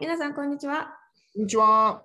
皆さん、こんにちは。 こんにちは。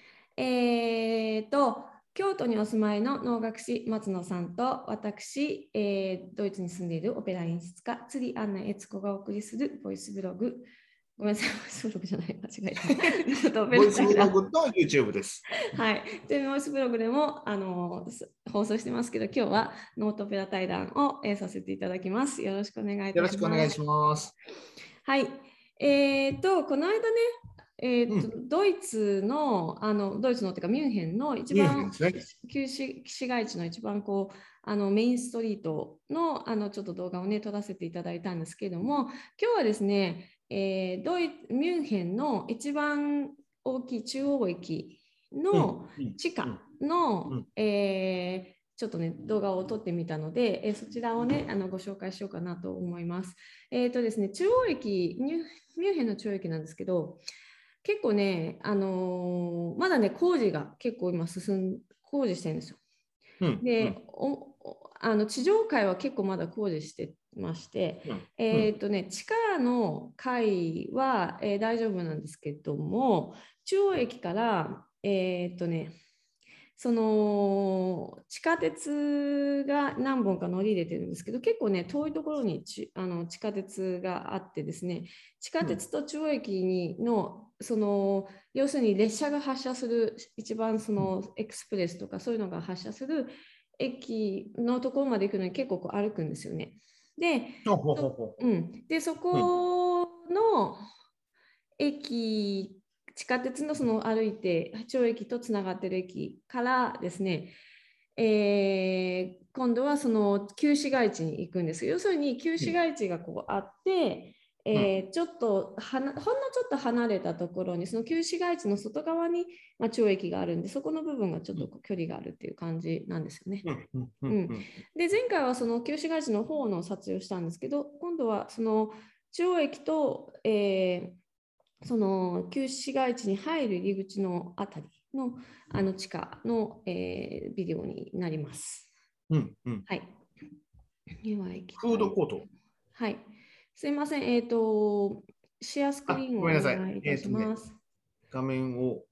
京都にお住まいの能楽師松野さんと私、ドイツに住んでいるオペラ演出家、釣アンナ悦子がお送りするボイスブログ。ごめんなさい、ボイスブログじゃない、間違えた。 ボイスブログと YouTube です。 はい。で、ボイスブログでも放送してますけど、今日はノートオペラ対談を、させていただきます。よろしくお願いいたします。 よろしくお願いします。 はい。この間ね、ドイツのっていうかミュンヘンの一番旧市街地の一番メインストリートのちょっと動画をね撮らせていただいたんですけれども、今日はですね、ミュンヘンの一番大きい中央駅の地下の、ちょっとね、動画を撮ってみたので、そちらをね、ご紹介しようかなと思います。ですね、中央駅、ミュンヘンの中央駅なんですけど、結構ね、まだね、工事が結構今工事してるんですよ。で、地上階は結構まだ工事してまして、地下の階は、大丈夫なんですけども、中央駅からその地下鉄が何本か乗り入れてるんですけど、結構ね、遠いところに地下鉄があってですね、地下鉄と中央駅の、要するに列車が発車する、一番エクスプレスとかそういうのが発車する駅のところまで行くのに結構歩くんですよね。で、そこの駅、地下鉄の歩いて中央駅とつながっている駅からですね、今度はその旧市街地に行くんです。要するに旧市街地があって、ちょっとほんのちょっと離れたところにその旧市街地の外側に、中央駅があるんで、そこの部分がちょっと距離があるっていう感じなんですよね。で、前回はその旧市街地の方の撮影をしたんですけど、今度はその中央駅と、その旧市街地に入る入り口のあたりの地下の、ビデオになります。はい。 フードコート。 はい。すいません。シェアスクリーンをお願いいたします。 画面を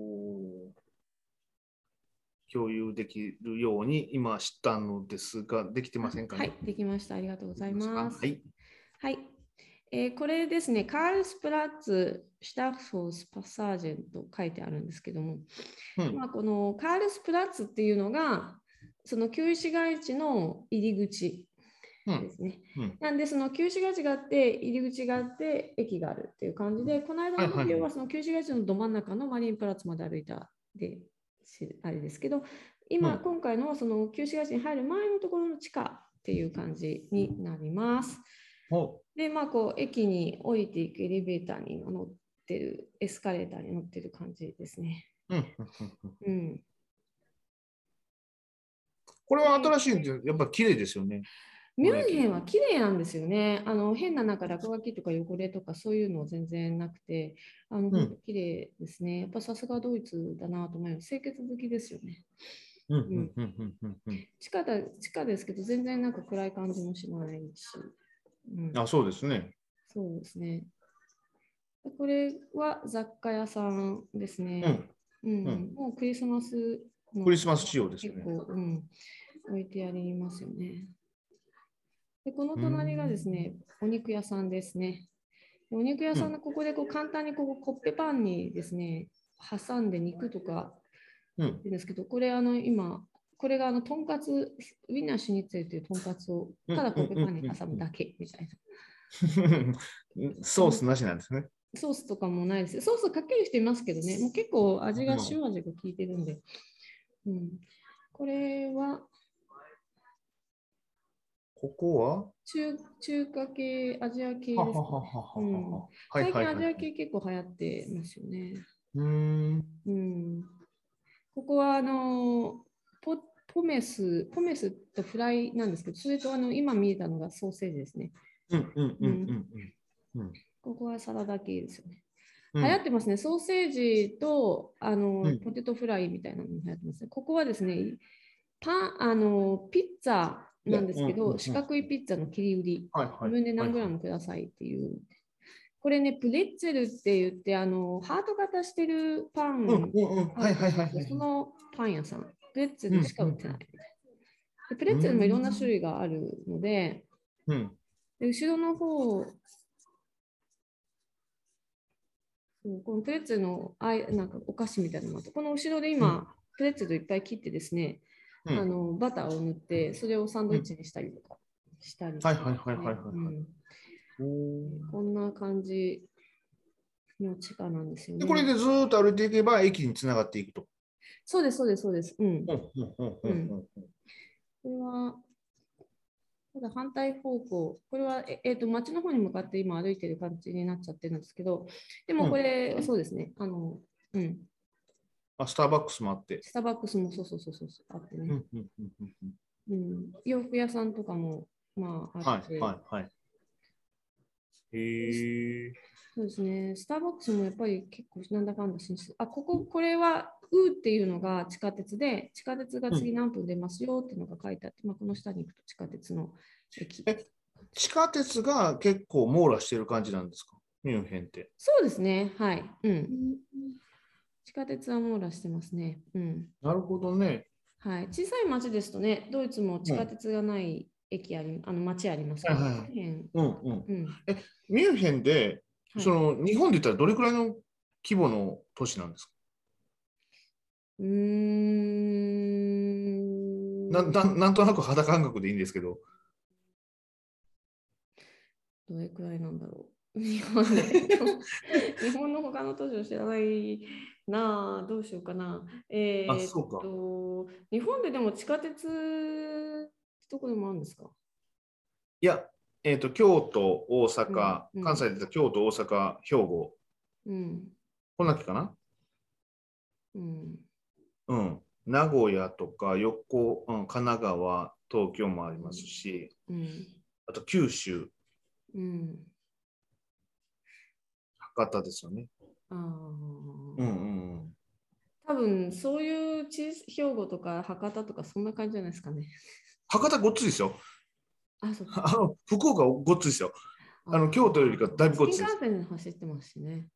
共有できるように今したのですが、できてませんかね。 はい、できました。ありがとうございます。 はい。 はい。これですね、カールスプラッツ・シュタッフォース・パッサージェンと書いてあるんですけども、このカールスプラッツっていうのが、その旧市街地の入り口ですね。なんで、その旧市街地があって、入り口があって、駅があるっていう感じで、この間のビデオはその旧市街地のど真ん中のマリンプラッツまで歩いたあれですけど、今回のその旧市街地に入る前のところの地下っていう感じになります。で、駅に降りていくエレベーターに乗ってる、エスカレーターに乗ってる感じですね。 これは新しいんで、やっぱ綺麗ですよね。 ミュンヘンは綺麗なんですよね。変な落書きとか汚れとかそういうの全然なくて、本当綺麗ですね。やっぱさすがドイツだなと思います。清潔好きですよね。地下ですけど、全然なんか暗い感じもしないし。 そうですね。 そうですね。これは雑貨屋さんですね。もうクリスマス仕様ですね。 結構、置いてありますよね。で、この隣がですね、お肉屋さんですね。お肉屋さんのここで簡単にコッペパンにですね、挟んで肉とか売ってるんですけど、これ今、これがとんかつ、ウィンナーシュニッツェルというとんかつをただコッペパンに挟むだけみたいな。 ソースなしなんですね。 ソースとかもないです。ソースかける人いますけどね、もう結構塩味が効いてるんで。これは、 ここは中華系、アジア系ですね。最近アジア系結構流行ってますよね。ここはポメスとフライなんですけど、それと今見えたのがソーセージですね。ここはサラダ系ですよね。流行ってますね。ソーセージとポテトフライみたいなのも流行ってますね。ここはですね、ピッツァなんですけど、四角いピッツァの切り売り、自分で何グラムくださいっていう。 これね、プレッツェルって言って、ハート型してるパン、そのパン屋さん、プレッツェルしか売ってない。でプレッツェルもいろんな種類があるので、で後ろの方、このプレッツェルのなんかお菓子みたいなのもあって、この後ろで今、プレッツェルいっぱい切ってですね、バターを塗って、それをサンドイッチにしたりとかしたりして、こんな感じの地下なんですよね。 これでずっと歩いていけば駅につながっていくと。 そうです、そうです、そうです。これは、ただ反対方向、これは、町の方に向かって今歩いてる感じになっちゃってるんですけど、でもこれ、そうですね。 スターバックスもあって。 スターバックスもそうあってね。洋服屋さんとかも、まあ、あって。そうですね。スターバックスもやっぱり結構なんだかんだ進出。これは、っていうのが地下鉄で、地下鉄が次何分出ますよっていうのが書いてあって、この下に行くと地下鉄の駅。 地下鉄が結構網羅してる感じなんですか、ミュンヘンって。 そうですね。はい。地下鉄は網羅してますね。 なるほどね。 はい。小さい町ですとね、ドイツも地下鉄がない駅町ありますから。 ミュンヘンで、日本で言ったらどれくらいの規模の都市なんですか？なんとなく肌感覚でいいんですけど。 どれくらいなんだろう。日本で。日本の他の都市を知らないなあ、どうしようかな。 そうか。 日本ででも地下鉄どこでもあるんですか？ いや、京都、大阪、関西で言ったら京都、大阪、兵庫。こんなきかな？名古屋とか神奈川、東京もありますし、あと九州、博多ですよね。 多分そういう兵庫とか博多とかそんな感じじゃないですかね。 博多ごっついですよ。福岡ごっついですよ。京都よりかだいぶごっついです。 新幹線で走ってますしね。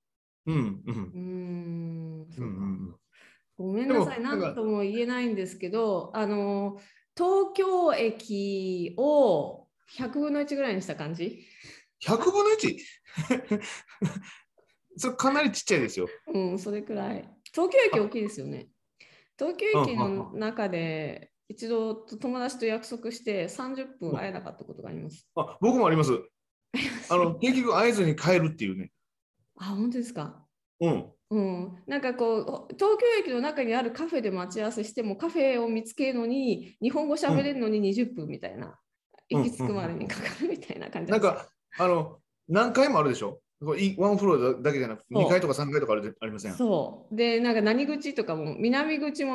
ごめんなさい、何とも言えないんですけど、東京駅を100分の1ぐらいにした感じ。 100分の 1？ それかなりちっちゃいですよ。 それくらい。東京駅大きいですよね。東京駅の中で一度友達と約束して30分会えなかったことがあります。 僕もあります。結局会えずに帰るっていうね。 本当ですか？なんかこう東京駅の中にあるカフェで待ち合わせしてもカフェを見つけるのに日本語喋れるのに20分みたいな、行き着くまでにかかるみたいな感じなんか何回もあるでしょ。ワンフロアだけじゃなくて2階とか3階とかありません？ そうで、なんか何口とかも南口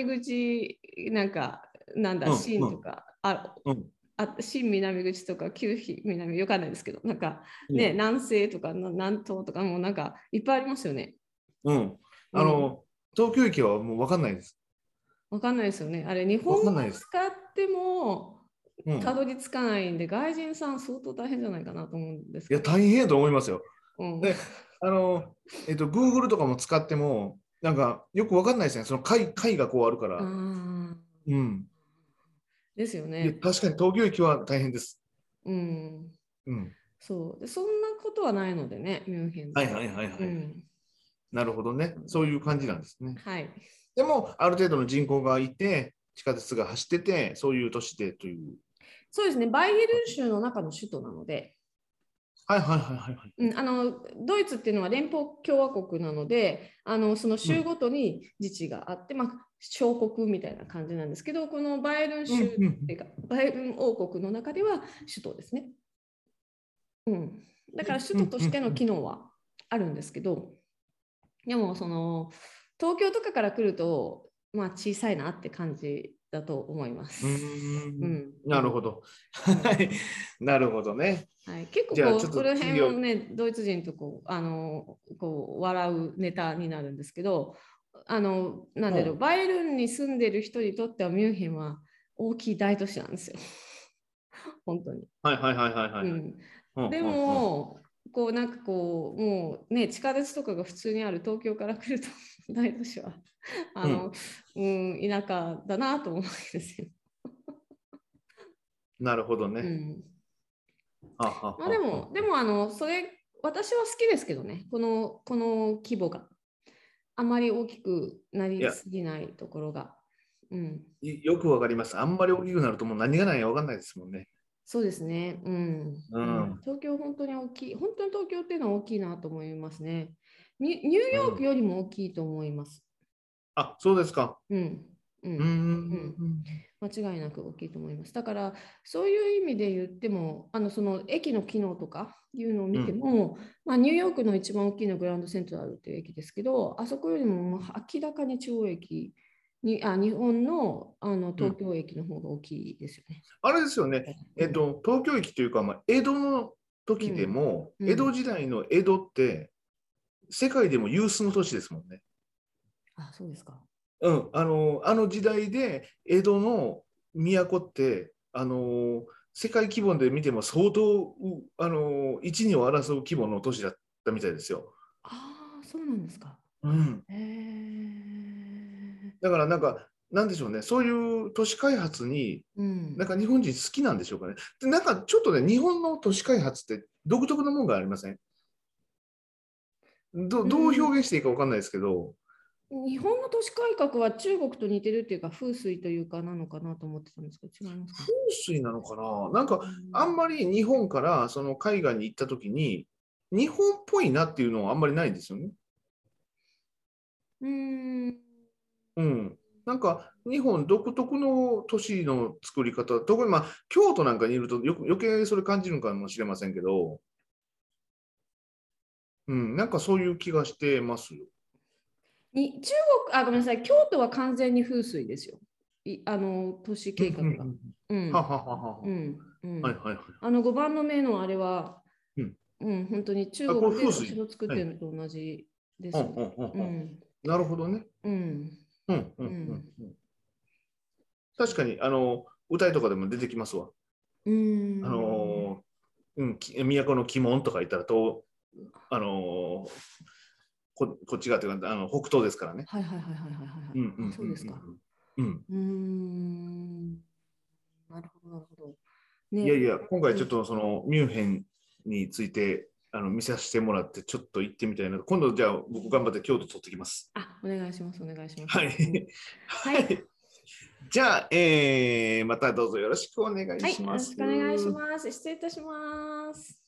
なんだ新とか新南口とか旧南わかんないですけど、なんかね、南西とか南東とかもなんかいっぱいありますよね。 東京駅はもう分かんないです。 分かんないですよね。あれ日本語使ってもたどり着かないんで、外人さん相当大変じゃないかなと思うんですけど。 いや大変だと思いますよ。でGoogle とかも使ってもなんかよく分かんないですね。その解がこうあるから。 ですよね。 確かに東京駅は大変です。 そうで、そんなことはないのでね、ミュンヘンで。 なるほどね。そういう感じなんですね。 はい。 でも、ある程度の人口がいて、地下鉄が走ってて、そういう都市でという。 そうですね、バイエルン州の中の首都なので。ドイツっていうのは連邦共和国なので、その州ごとに自治があって、小国みたいな感じなんですけど、このバイエルン州っていうか、バイエルン王国の中では首都ですね。だから首都としての機能はあるんですけど、でも東京とかから来ると、小さいなって感じだと思います。 なるほど。なるほどね。 結構この辺をね、ドイツ人とこう笑うネタになるんですけど、なんだろう、バイエルンに住んでる人にとってはミュンヘンは大きい大都市なんですよ。本当に。でもこうなんかこうもうね地下鉄とかが普通にある東京から来ると大都市は田舎だなと思うわけですよ。 なるほどね。 まあでもそれ私は好きですけどね、この規模があまり大きくなりすぎないところが。 よくわかります。あんまり大きくなるともう何が何やわかんないですもんね。 そうですね。東京本当に大きい。本当に東京っていうのは大きいなと思いますね。ニューヨークよりも大きいと思います。 あ、そうですか。 間違いなく大きいと思います。だからそういう意味で言ってもその駅の機能とかいうのを見ても、ニューヨークの一番大きいのはグランドセントラルっていう駅ですけど、あそこよりも明らかに中央駅に日本の東京駅の方が大きいですよね。 あれですよね。東京駅というか、江戸の時でも、江戸時代の江戸って世界でも有数の都市ですもんね。 あ、そうですか。 あの時代で江戸の都って世界規模で見ても相当一二を争う規模の都市だったみたいですよ。 ああ、そうなんですか。 だからなんでしょうね、そういう都市開発に、なんか日本人好きなんでしょうかね。でなんかちょっとね、日本の都市開発って独特なものがありません？どう表現していいか分かんないですけど。 日本の都市改革は中国と似てるっていうか、風水というかなのかなと思ってたんですけど、違いますか？ 風水なのかな。なんか、あんまり日本からその海外に行ったときに、日本っぽいなっていうのはあんまりないんですよね。なんか、日本独特の都市の作り方、特に京都なんかにいると余計それ感じるかもしれませんけど、なんかそういう気がしてますよ。 ごめんなさい、京都は完全に風水ですよ。都市計画が。5番の目のあれは、本当に中国でお城作ってるのと同じですよ。 なるほどね。確かに、歌いとかでも出てきますわ。都の鬼門とか言ったらこっち側というか北東ですからね。 そうですか。なるほど、なるほど。 いやいや、今回ちょっとそのミュンヘンについて見させてもらって、ちょっと行ってみたいな。今度じゃあ僕頑張って京都取ってきます。 お願いします、お願いします。 はい。はい。じゃあ、またどうぞよろしくお願いします。 よろしくお願いします。失礼いたします。